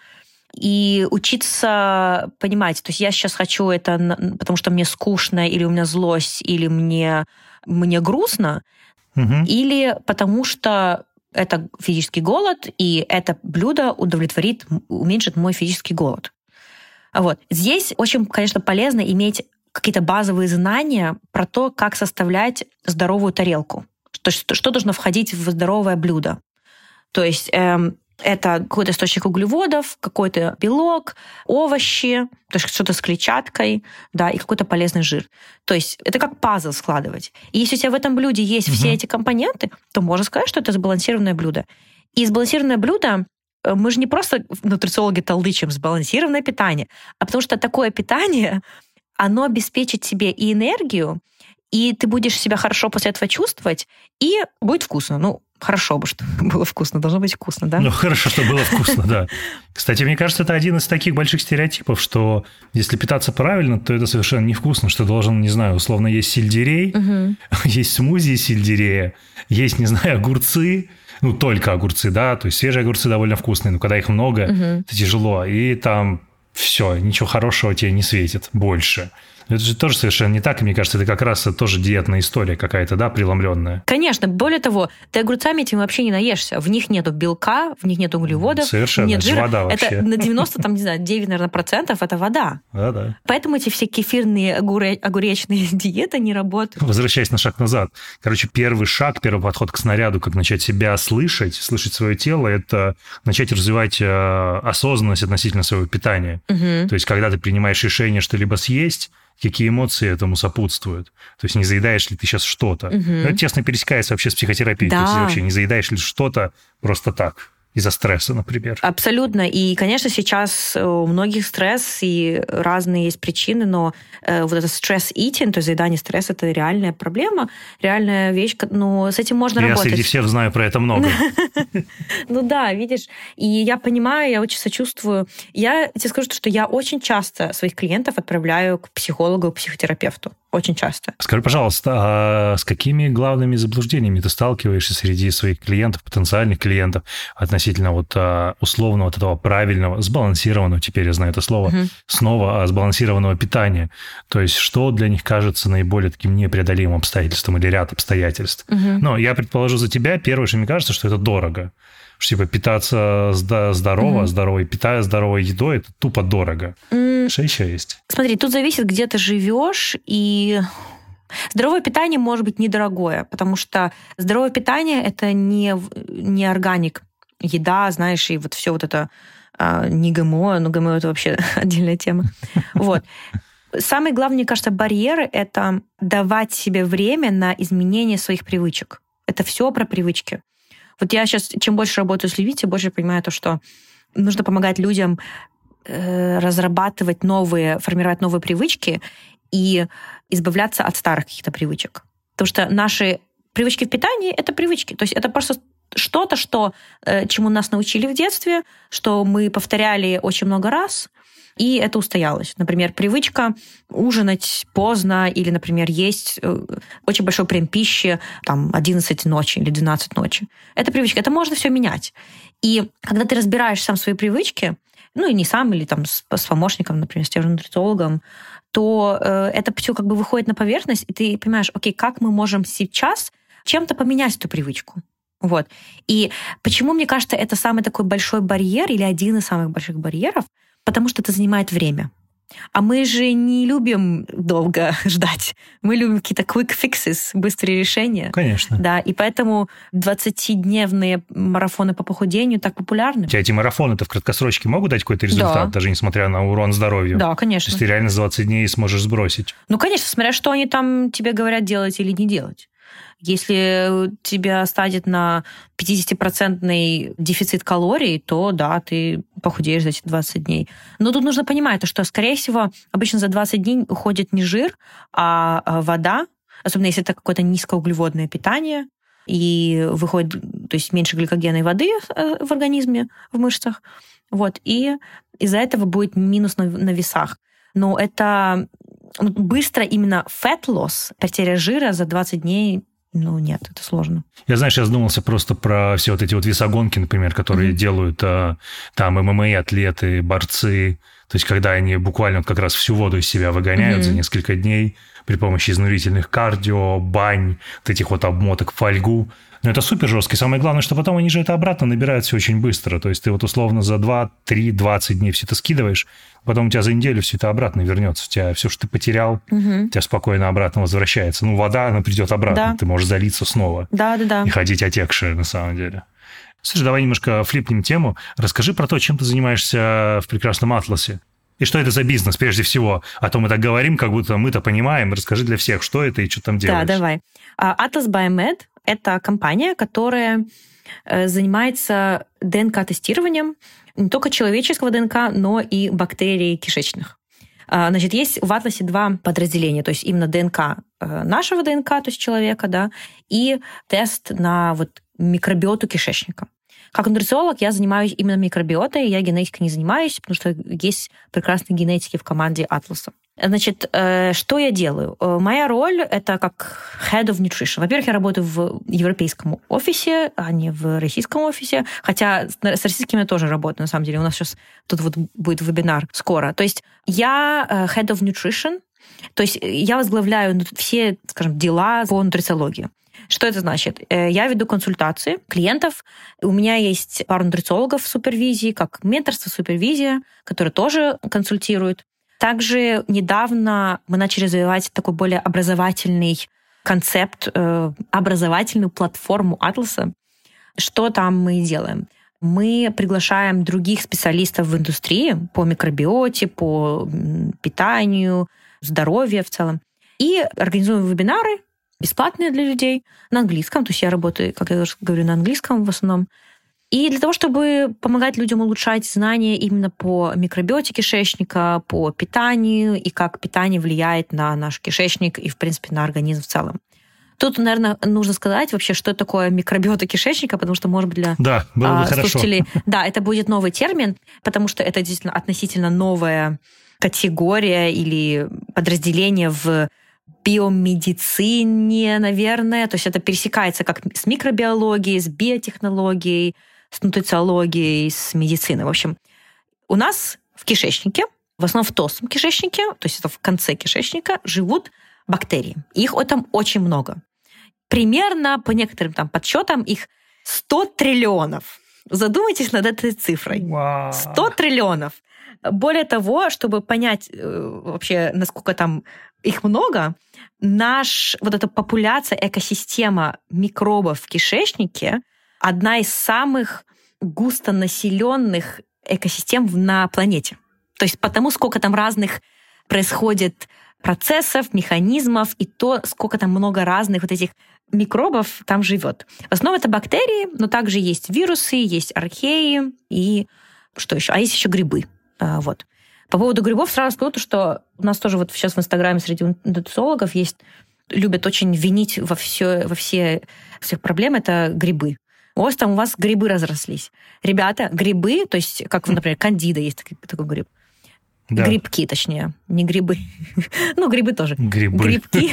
И учиться понимать, то есть я сейчас хочу это, потому что мне скучно, или у меня злость, или мне, мне грустно, угу. или потому что это физический голод, и это блюдо удовлетворит, уменьшит мой физический голод. Вот. Здесь очень, конечно, полезно иметь какие-то базовые знания про то, как составлять здоровую тарелку, то есть что должно входить в здоровое блюдо. То есть эм, это какой-то источник углеводов, какой-то белок, овощи, то есть что-то с клетчаткой, да, и какой-то полезный жир. То есть это как пазл складывать. И если у тебя в этом блюде есть угу. все эти компоненты, то можно сказать, что это сбалансированное блюдо. И сбалансированное блюдо, мы же не просто нутрициологи толдычим сбалансированное питание, а потому что такое питание, оно обеспечит тебе и энергию, и ты будешь себя хорошо после этого чувствовать, и будет вкусно. Ну, хорошо бы, что было вкусно. Должно быть вкусно, да? Ну, хорошо, что было вкусно, да. Кстати, мне кажется, это один из таких больших стереотипов, что если питаться правильно, то это совершенно невкусно, что должен, не знаю, условно, есть сельдерей, угу. есть смузи из сельдерея, есть, не знаю, огурцы, ну, только огурцы, да, то есть свежие огурцы довольно вкусные, но когда их много, угу. это тяжело, и там все, ничего хорошего тебе не светит больше. Это же тоже совершенно не так, и мне кажется, это как раз тоже диетная история какая-то, да, преломленная. Конечно, более того, ты огурцами этим вообще не наешься. В них нету белка, в них нет углеводов, совершенно, нет жира. Вода вообще. Это на девяносто, там, не знаю, девять, наверное, процентов это вода. Да, да. Поэтому эти все кефирные огуре... огуречные диеты не работают. Возвращаясь на шаг назад. Короче, первый шаг, первый подход к снаряду, как начать себя слышать, слышать свое тело, это начать развивать осознанность относительно своего питания. Угу. То есть, когда ты принимаешь решение что-либо съесть, какие эмоции этому сопутствуют. То есть не заедаешь ли ты сейчас что-то. Угу. Ну, это тесно пересекается вообще с психотерапией. Да. То есть вообще не заедаешь ли что-то просто так, из-за стресса, например. Абсолютно. И, конечно, сейчас у многих стресс, и разные есть причины, но э, вот это стресс-eating, то есть заедание стресса, это реальная проблема, реальная вещь, но с этим можно я работать. Я среди всех знаю про это много. Ну да, видишь, и я понимаю, я очень сочувствую. Я тебе скажу, что я очень часто своих клиентов отправляю к психологу, к психотерапевту. Очень часто. Скажи, пожалуйста, а с какими главными заблуждениями ты сталкиваешься среди своих клиентов, потенциальных клиентов, относительно вот условного вот этого правильного, сбалансированного, теперь я знаю это слово, угу. снова сбалансированного питания? То есть что для них кажется наиболее таким непреодолимым обстоятельством или ряд обстоятельств? Угу. Но я предположу за тебя, первое, что мне кажется, что это дорого. Что, типа, питаться здорово, угу. здоровой питая, здоровой едой, это тупо дорого. Mm. Что еще есть? Смотри, тут зависит, где ты живешь, и здоровое питание может быть недорогое, потому что здоровое питание – это не, не органик. Еда, знаешь, и вот все вот это а, не ГМО, но ГМО – это вообще отдельная тема. Вот. Самый главный, мне кажется, барьер – это давать себе время на изменение своих привычек. Это все про привычки. Вот я сейчас, чем больше работаю с людьми, тем больше понимаю то, что нужно помогать людям э, разрабатывать новые, формировать новые привычки и избавляться от старых каких-то привычек. Потому что наши привычки в питании – это привычки. То есть это просто что-то, что, э, чему нас научили в детстве, что мы повторяли очень много раз, и это устоялось. Например, привычка ужинать поздно или, например, есть очень большой прием пищи там, одиннадцать ночи или двенадцать ночи. Это привычка. Это можно все менять. И когда ты разбираешь сам свои привычки, ну и не сам, или там с, с помощником, например, с тем же нутрициологом, то э, это все как бы выходит на поверхность, и ты понимаешь, окей, как мы можем сейчас чем-то поменять эту привычку. Вот. И почему, мне кажется, это самый такой большой барьер или один из самых больших барьеров? Потому что это занимает время. А мы же не любим долго ждать. Мы любим какие-то quick fixes, быстрые решения. Конечно. Да, и поэтому двадцатидневные марафоны по похудению так популярны. Эти марафоны-то в краткосрочке могут дать какой-то результат, да. даже несмотря на урон здоровью? Да, конечно. То есть ты реально за двадцать дней сможешь сбросить? Ну, конечно, смотря что они там тебе говорят делать или не делать. Если тебя садят на пятидесятипроцентный дефицит калорий, то да, ты похудеешь за эти двадцать дней. Но тут нужно понимать, что, скорее всего, обычно за двадцать дней уходит не жир, а вода, особенно если это какое-то низкоуглеводное питание, и выходит, то есть меньше гликогена и воды в организме, в мышцах. Вот, и из-за этого будет минус на, на весах. Но это быстро именно fat loss, потеря жира за двадцать дней, ну, нет, это сложно. Я, знаешь, я задумался просто про все вот эти вот весогонки, например, которые mm-hmm. делают а, там эм эм а-атлеты, борцы. То есть, когда они буквально вот как раз всю воду из себя выгоняют mm-hmm. за несколько дней при помощи изнурительных кардио, бань, вот этих вот обмоток в фольгу. Но это супер жестко. И самое главное, что потом они же это обратно набирают все очень быстро. То есть, ты вот условно за два, три, двадцать дней все это скидываешь, потом у тебя за неделю все это обратно вернется. У тебя все, что ты потерял, угу. у тебя спокойно обратно возвращается. Ну, вода, она придет обратно. Да. Ты можешь залиться снова. Да, да, да. И ходить отекшая, на самом деле. Слушай, давай немножко флипнем тему. Расскажи про то, чем ты занимаешься в прекрасном Атласе. И что это за бизнес, прежде всего? А то мы так говорим, как будто мы-то понимаем. Расскажи для всех, что это и что там делаешь. Да, давай. Atlas Biomed – это компания, которая занимается ДНК-тестированием не только человеческого ДНК, но и бактерий кишечных. Значит, есть в Атласе два подразделения, то есть именно ДНК нашего ДНК, то есть человека, да, и тест на вот микробиоту кишечника. Как нутрициолог я занимаюсь именно микробиотой, я генетикой не занимаюсь, потому что есть прекрасные генетики в команде Атласа. Значит, что я делаю? Моя роль – это как head of nutrition. Во-первых, я работаю в европейском офисе, а не в российском офисе, хотя с российскими я тоже работаю, на самом деле. У нас сейчас тут вот будет вебинар скоро. То есть я head of nutrition, то есть я возглавляю все, скажем, дела по нутрициологии. Что это значит? Я веду консультации клиентов. У меня есть пару нутрициологов в супервизии, как менторство, супервизия, которые тоже консультируют. Также недавно мы начали развивать такой более образовательный концепт, образовательную платформу Атласа. Что там мы делаем? Мы приглашаем других специалистов в индустрии по микробиоте, по питанию, здоровью в целом. И организуем вебинары, бесплатные для людей, на английском. То есть я работаю, как я уже говорю, на английском в основном. И для того, чтобы помогать людям улучшать знания именно по микробиоте кишечника, по питанию и как питание влияет на наш кишечник и, в принципе, на организм в целом. Тут, наверное, нужно сказать вообще, что такое микробиота кишечника, потому что, может быть, для да, было бы а, слушателей... хорошо. Да, это будет новый термин, потому что это действительно относительно новая категория или подразделение в биомедицине, наверное. То есть это пересекается как с микробиологией, с биотехнологией, с нутрициологией, с медициной. В общем, у нас в кишечнике, в основном в толстом кишечнике, то есть это в конце кишечника, живут бактерии. Их там очень много. Примерно, по некоторым там подсчетам, их сто триллионов. Задумайтесь над этой цифрой. Wow. сто триллионов. Более того, чтобы понять вообще, насколько там их много, наш, вот эта популяция, экосистема микробов в кишечнике одна из самых густонаселенных экосистем на планете. То есть потому, сколько там разных происходит процессов, механизмов, и то, сколько там много разных вот этих микробов там живет. В основном это бактерии, но также есть вирусы, есть археи и что еще? А есть еще грибы. Вот. По поводу грибов сразу скажу, что у нас тоже вот сейчас в Инстаграме среди нутрициологов есть, любят очень винить во все, во все всех проблем, это грибы. У вас там у вас грибы разрослись. Ребята, грибы, то есть, как, например, кандида есть такой, такой гриб. Да. Грибки, точнее, не грибы. Ну, грибы тоже. Грибы. Грибки.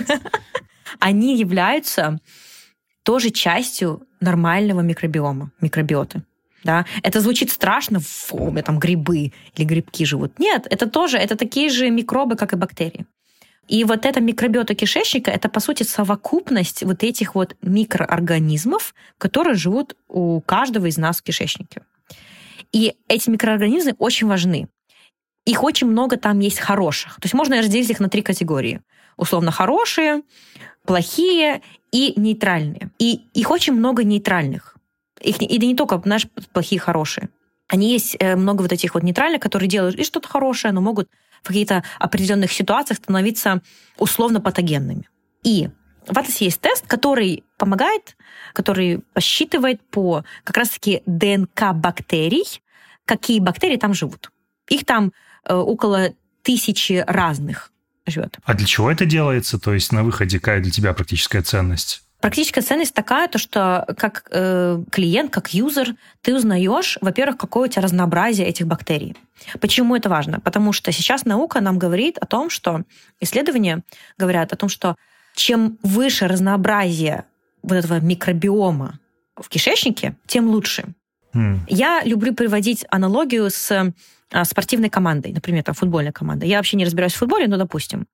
Они являются тоже частью нормального микробиома, микробиоты. Да? Это звучит страшно, фу, у меня там грибы или грибки живут. Нет, это тоже, это такие же микробы, как и бактерии. И вот эта микробиота кишечника — это, по сути, совокупность вот этих вот микроорганизмов, которые живут у каждого из нас в кишечнике. И эти микроорганизмы очень важны. Их очень много там есть хороших. То есть можно разделить их на три категории. Условно хорошие, плохие и нейтральные. И их очень много нейтральных. Их, и не только, знаешь, плохие, хорошие. Они есть много вот этих вот нейтральных, которые делают и что-то хорошее, но могут в каких-то определенных ситуациях становиться условно патогенными. И в Атласе есть тест, который помогает, который посчитывает по как раз-таки ДНК бактерий, какие бактерии там живут. Их там э, около тысячи разных живет. А для чего это делается? То есть на выходе какая для тебя практическая ценность? Практическая ценность такая, то что как э, клиент, как юзер, ты узнаешь, во-первых, какое у тебя разнообразие этих бактерий. Почему это важно? Потому что сейчас наука нам говорит о том, что исследования говорят о том, что чем выше разнообразие вот этого микробиома в кишечнике, тем лучше. Mm. Я люблю приводить аналогию с а, спортивной командой, например, там футбольная команда. Я вообще не разбираюсь в футболе, но допустим.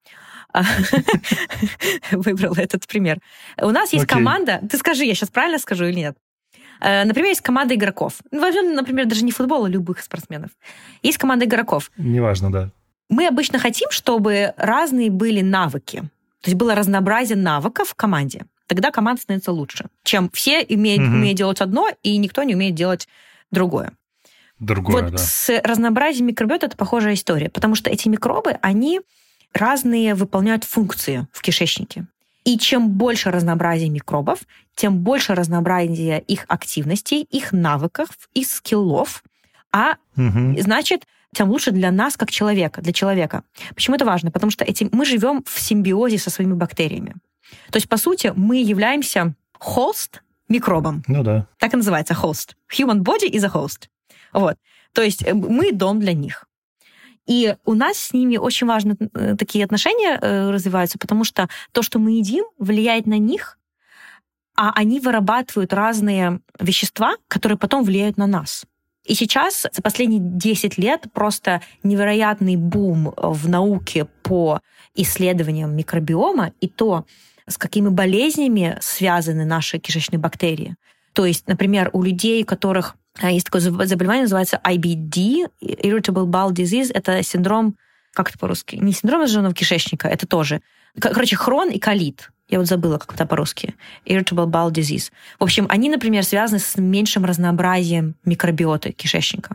Выбрала этот пример. У нас есть okay. команда... Ты скажи, я сейчас правильно скажу или нет? Например, есть команда игроков. Возьмем, например, даже не футбола, а любых спортсменов. Есть команда игроков. Неважно, да. Мы обычно хотим, чтобы разные были навыки. То есть было разнообразие навыков в команде. Тогда команда становится лучше, чем все умеют, mm-hmm. умеют делать одно, и никто не умеет делать другое. Другое, вот да. С разнообразием микробиота это похожая история, потому что эти микробы, они разные выполняют функции в кишечнике. И чем больше разнообразия микробов, тем больше разнообразия их активностей, их навыков, их скиллов, а угу. значит, тем лучше для нас, как человека, для человека. Почему это важно? Потому что эти, мы живем в симбиозе со своими бактериями. То есть, по сути, мы являемся host микробом. Ну да. Так и называется host. Human body is a host. Вот. То есть мы дом для них. И у нас с ними очень важно такие отношения развиваются, потому что то, что мы едим, влияет на них, а они вырабатывают разные вещества, которые потом влияют на нас. И сейчас, за последние десять лет, просто невероятный бум в науке по исследованиям микробиома и то, с какими болезнями связаны наши кишечные бактерии. То есть, например, у людей, у которых есть такое заболевание, называется ай би ди, Irritable Bowel Disease, это синдром, как это по-русски? Не синдром раздраженного кишечника, это тоже. Короче, хрон и колит. Я вот забыла, как это по-русски. Irritable Bowel Disease. В общем, они, например, связаны с меньшим разнообразием микробиоты кишечника.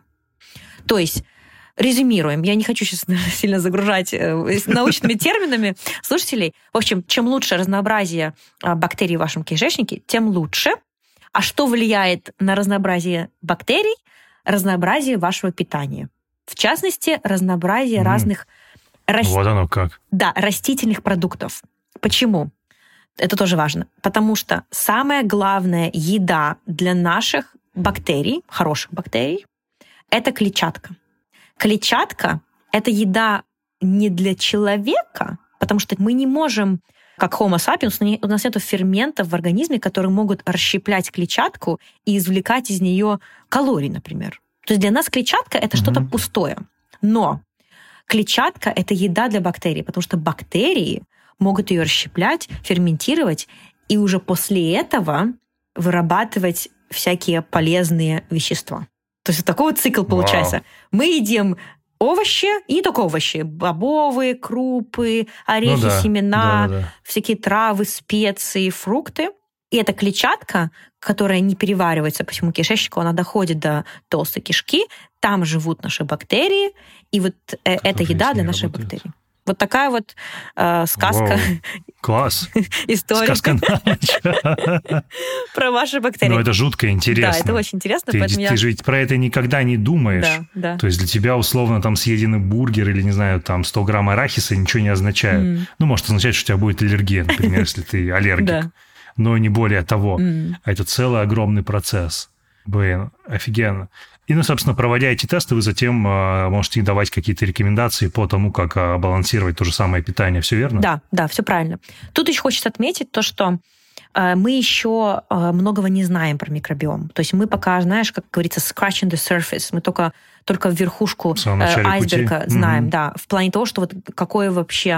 То есть, резюмируем. Я не хочу сейчас сильно загружать научными терминами слушателей. В общем, чем лучше разнообразие бактерий в вашем кишечнике, тем лучше. А что влияет на разнообразие бактерий? Разнообразие вашего питания. В частности, разнообразие mm. разных рас... вот оно как. Да, растительных продуктов. Почему? Это тоже важно. Потому что самая главная еда для наших бактерий, хороших бактерий, это клетчатка. Клетчатка — это еда не для человека, потому что мы не можем, как Homo sapiens, у нас нет ферментов в организме, которые могут расщеплять клетчатку и извлекать из нее калории, например. То есть для нас клетчатка — это mm-hmm. что-то пустое. Но клетчатка — это еда для бактерий, потому что бактерии могут ее расщеплять, ферментировать, и уже после этого вырабатывать всякие полезные вещества. То есть вот такой вот цикл получается. Wow. Мы едим овощи, и не только овощи. Бобовые, крупы, орехи, ну да, семена, да, да, да. всякие травы, специи, фрукты. И эта клетчатка, которая не переваривается по всему кишечнику, она доходит до толстой кишки, там живут наши бактерии, и вот которые эта еда для наших работают. Бактерий. Вот такая вот э, сказка. Класс. История. Сказка на ночь. Про ваши бактерии. Ну, это жутко интересно. Да, это очень интересно. Ты, ты я... же ведь про это никогда не думаешь. Да, да. То есть для тебя условно там съеденный бургер или, не знаю, там сто грамм арахиса ничего не означает. Mm. Ну, может означать, что у тебя будет аллергия, например, если ты аллергик. Да. Но не более того. Mm. А это целый огромный процесс. Блин, офигенно. И, ну, собственно, проводя эти тесты, вы затем э, можете давать какие-то рекомендации по тому, как э, балансировать то же самое питание. Все верно? Да, да, все правильно. Тут еще хочется отметить то, что э, мы еще э, многого не знаем про микробиом. То есть мы пока, знаешь, как говорится, scratching the surface. Мы только, только верхушку э, айсберга пути. знаем. Mm-hmm. Да, в плане того, что вот какое вообще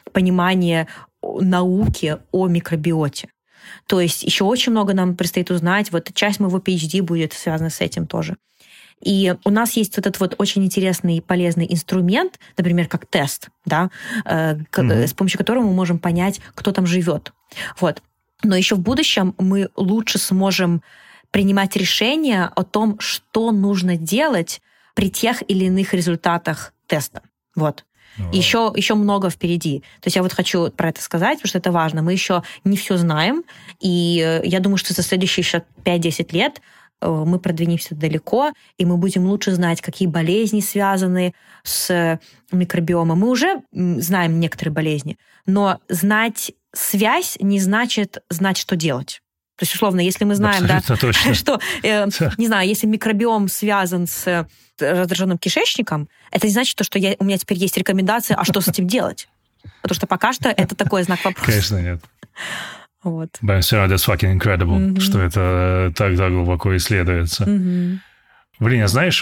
понимание науки о микробиоте. То есть еще очень много нам предстоит узнать. Вот часть моего пи эйч ди будет связана с этим тоже. И у нас есть вот этот вот очень интересный и полезный инструмент, например, как тест, да, mm-hmm. с помощью которого мы можем понять, кто там живет. Вот. Но еще в будущем мы лучше сможем принимать решения о том, что нужно делать при тех или иных результатах теста. Вот. Oh. Еще, еще много впереди. То есть я вот хочу про это сказать, потому что это важно. Мы еще не все знаем, и я думаю, что за следующие еще пять-десять лет мы продвинемся далеко, и мы будем лучше знать, какие болезни связаны с микробиомом. Мы уже знаем некоторые болезни, но знать связь не значит знать, что делать. То есть, условно, если мы знаем, да, что, э, не знаю, если микробиом связан с раздраженным кишечником, это не значит, что я, у меня теперь есть рекомендация, а что с этим делать? Потому что пока что это такой знак вопроса. Конечно, нет. Вот. But все равно, that's fucking incredible, mm-hmm. что это так, так глубоко исследуется. Mm-hmm. Блин, а знаешь,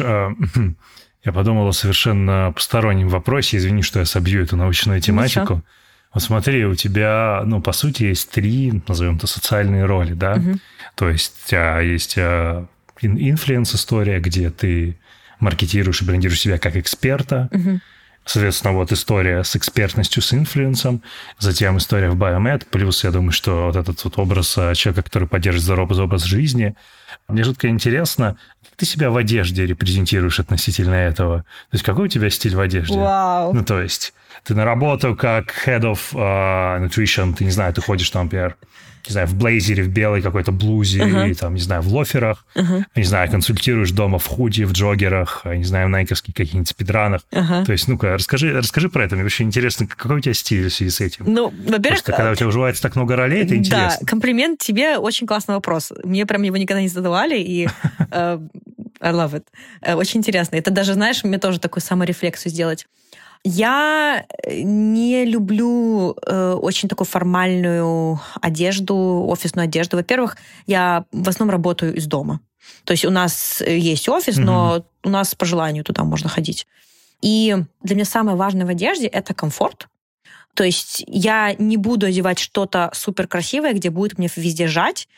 я подумал о совершенно постороннем вопросе. Извини, что я собью эту научную тематику. Ничего. Вот смотри, у тебя, ну, по сути, есть три, назовем это, социальные роли, да? Mm-hmm. То есть у тебя есть инфлюенс-история, где ты маркетируешь и брендируешь себя как эксперта. Mm-hmm. Соответственно, вот история с экспертностью, с инфлюенсом, затем история в Biomед, плюс, я думаю, что вот этот вот образ человека, который поддерживает здоровый образ жизни. Мне жутко интересно, как ты себя в одежде репрезентируешь относительно этого? То есть какой у тебя стиль в одежде? Wow. Ну, то есть ты на работу как head of uh, nutrition, ты, не знаю, ты ходишь там, например, не знаю, в блейзере, в белой какой-то блузе, uh-huh. или там, не знаю, в лоферах, uh-huh. не знаю, консультируешь дома в худи, в джоггерах, не знаю, в найковских каких-нибудь спидранах. Uh-huh. То есть, ну-ка, расскажи, расскажи про это. Мне вообще интересно, какой у тебя стиль в связи с этим? Ну, во-первых... Потому что когда у тебя уживается так много ролей, это интересно. Да, комплимент тебе, очень классный вопрос. Мне прям его никогда не задавали, и I love it. Очень интересно. Это даже, знаешь, мне тоже такую саморефлексию сделать. Я не люблю э, очень такую формальную одежду, офисную одежду. Во-первых, я в основном работаю из дома. То есть у нас есть офис, mm-hmm. но у нас по желанию туда можно ходить. И для меня самое важное в одежде – это комфорт. То есть я не буду одевать что-то суперкрасивое, где будет мне везде жать.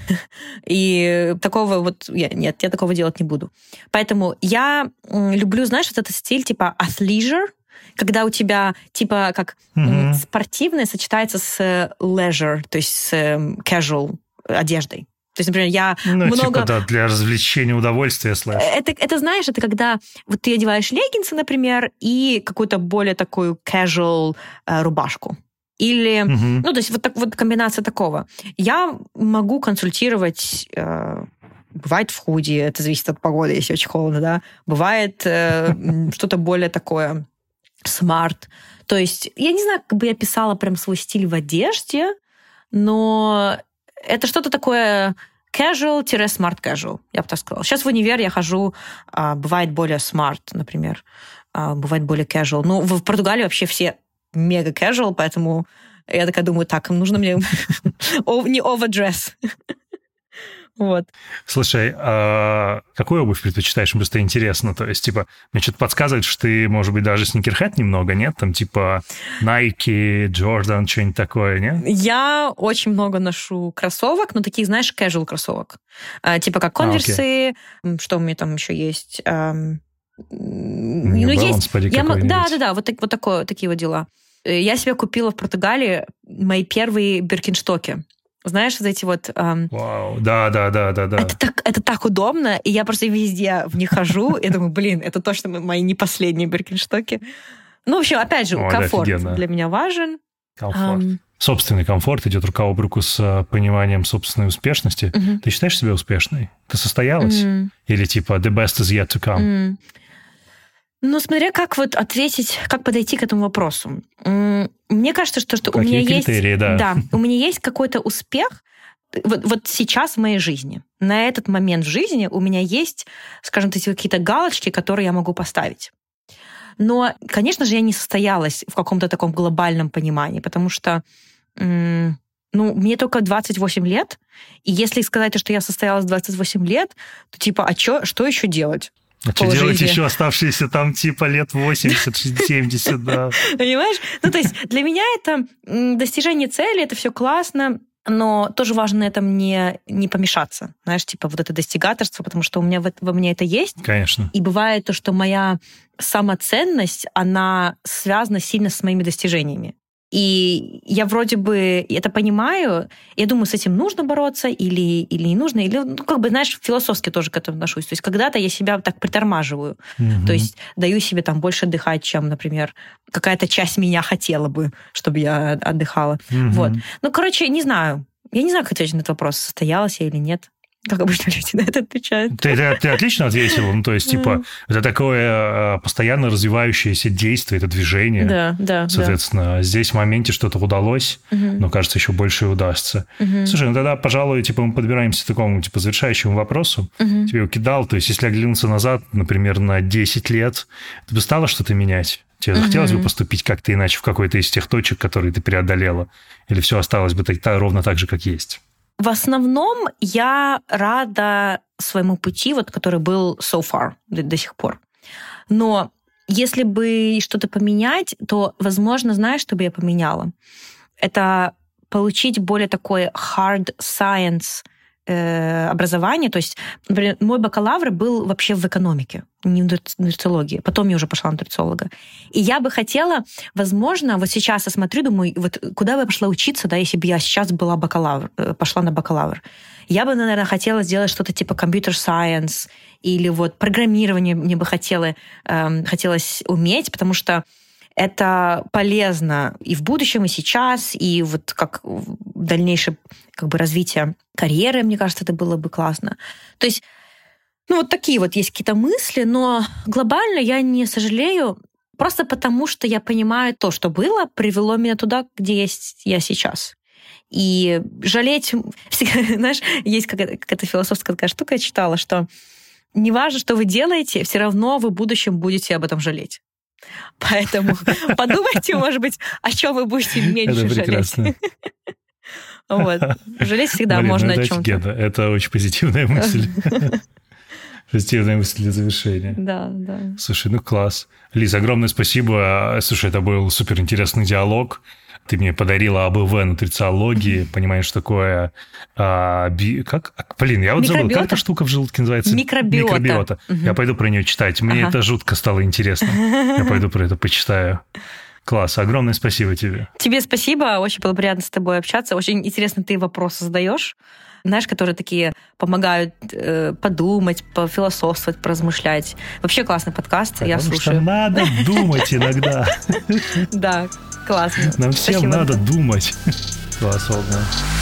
И такого вот... Нет, я такого делать не буду. Поэтому я люблю, знаешь, вот этот стиль типа athleisure, когда у тебя типа как mm-hmm. спортивное сочетается с leisure, то есть с casual одеждой. То есть, например, я ну, много... типа, да, для развлечения, удовольствия, слэш. Это, это, знаешь, это когда вот ты одеваешь леггинсы, например, и какую-то более такую casual э, рубашку. Или, mm-hmm. ну, то есть вот, так, вот комбинация такого. Я могу консультировать... Э, бывает в худи, это зависит от погоды, если очень холодно, да. Бывает э, что-то более такое... смарт. То есть, я не знаю, как бы я писала прям свой стиль в одежде, но это что-то такое casual-smart casual, я бы так сказала. Сейчас в универ я хожу, бывает более smart, например, бывает более casual. Ну, в Португалии вообще все мега casual, поэтому я такая думаю, так, нужно мне не overdress. Вот. Слушай, а какую обувь предпочитаешь? Мне просто интересно. То есть, типа, мне что-то подсказывает, что ты, может быть, даже сникерхед немного, нет? Там, типа, Nike, Jordan, что-нибудь такое, нет? Я очень много ношу кроссовок, но таких, знаешь, casual кроссовок. А, типа, как конверсы, а, okay. Что у меня там еще есть? А, ну, есть... Я... Да, да, да, вот, вот такое, такие вот дела. Я себе купила в Португалии мои первые биркинштоки. Знаешь, вот эти вот... Эм, Вау, да-да-да-да. Это так, это так удобно, и я просто везде в них хожу, и думаю, блин, это точно мои не последние биркинштоки. Ну, в общем, опять же, Ой, комфорт офигенно. Для меня важен. Комфорт. Um, Собственный комфорт идет рука об руку с пониманием собственной успешности. Uh-huh. Ты считаешь себя успешной? Ты состоялась? Uh-huh. Или типа the best is yet to come? Uh-huh. Ну, смотря как вот ответить, как подойти к этому вопросу. Мне кажется, что, что у меня критерии, есть... Да. да, у меня есть какой-то успех вот, вот сейчас в моей жизни. На этот момент в жизни у меня есть, скажем так, какие-то галочки, которые я могу поставить. Но, конечно же, я не состоялась в каком-то таком глобальном понимании, потому что м- ну, мне только двадцать восемь лет, и если сказать, что я состоялась в двадцать восемь лет, то типа, а чё, что еще делать? А что делать еще оставшиеся там типа лет восемьдесят-семьдесят, да. Понимаешь? Ну, то есть для меня это достижение цели, это все классно, но тоже важно на этом не, не помешаться. Знаешь, типа вот это достигаторство, потому что у меня во мне это есть. Конечно. И бывает то, что моя самоценность, она связана сильно с моими достижениями. И я вроде бы это понимаю, я думаю, с этим нужно бороться или, или не нужно, или, ну, как бы, знаешь, философски тоже к этому отношусь. То есть когда-то я себя так притормаживаю, угу. То есть даю себе там больше отдыхать, чем, например, какая-то часть меня хотела бы, чтобы я отдыхала. Угу. Вот. Ну, короче, не знаю. Я не знаю, как ответить на этот вопрос, состоялась я или нет. Как обычно люди на это отвечают. Ты, ты, ты отлично ответила. Ну, то есть, типа, это такое постоянно развивающееся действие, это движение. Да, да. Соответственно, да. здесь в моменте что-то удалось, угу. но, кажется, еще больше и удастся. Угу. Слушай, ну тогда, пожалуй, типа, мы подбираемся к такому, типа, завершающему вопросу. Угу. Тебе укидал, то есть, если оглянуться назад, например, на десять лет, ты бы стала что-то менять? Тебе захотелось угу. бы поступить как-то иначе в какой-то из тех точек, которые ты преодолела? Или все осталось бы так, ровно так же, как есть? В основном я рада своему пути, вот, который был so far, до, до сих пор. Но если бы что-то поменять, то, возможно, знаешь, что бы я поменяла? Это получить более такое hard science э, образование. То есть, например, мой бакалавр был вообще в экономике, не в нутрициологии. Потом я уже пошла на нутрициолога. И я бы хотела, возможно, вот сейчас я смотрю, думаю, вот куда бы я пошла учиться, да, если бы я сейчас была бакалавр, пошла на бакалавр. Я бы, наверное, хотела сделать что-то типа computer science или вот программирование мне бы хотела, э, хотелось уметь, потому что это полезно и в будущем, и сейчас, и вот как дальнейшее как бы развитие карьеры, мне кажется, это было бы классно. То есть, ну вот такие вот есть какие-то мысли, но глобально я не сожалею, просто потому что я понимаю, то, что было, привело меня туда, где есть я сейчас. И жалеть... Знаешь, есть какая-то философская такая штука, я читала, что не важно, что вы делаете, все равно вы в будущем будете об этом жалеть. Поэтому подумайте, может быть, о чем вы будете меньше жалеть. Вот. Жалеть всегда Марина, можно это о чем-то. Офигенно. Это очень позитивная мысль. Позитивная мысль для завершения. Да, да. Слушай, ну класс. Лиз, огромное спасибо. Слушай, это был суперинтересный диалог. Ты мне подарила АБВ нутрициологии, понимаешь, что такое... А, би, как? Блин, я вот Микробиота? забыл, как эта штука в желудке называется? Микробиота. Микробиота. Угу. Я пойду про нее читать. Мне ага. это жутко стало интересно. Я пойду про это почитаю. Класс. Огромное спасибо тебе. Тебе спасибо. Очень было приятно с тобой общаться. Очень интересно ты вопросы задаешь, знаешь, которые такие помогают э, подумать, пофилософствовать, поразмышлять. Вообще классный подкаст, Потому я слушаю. Что надо думать иногда. Да, классно. Нам всем надо думать. Класс, Олга.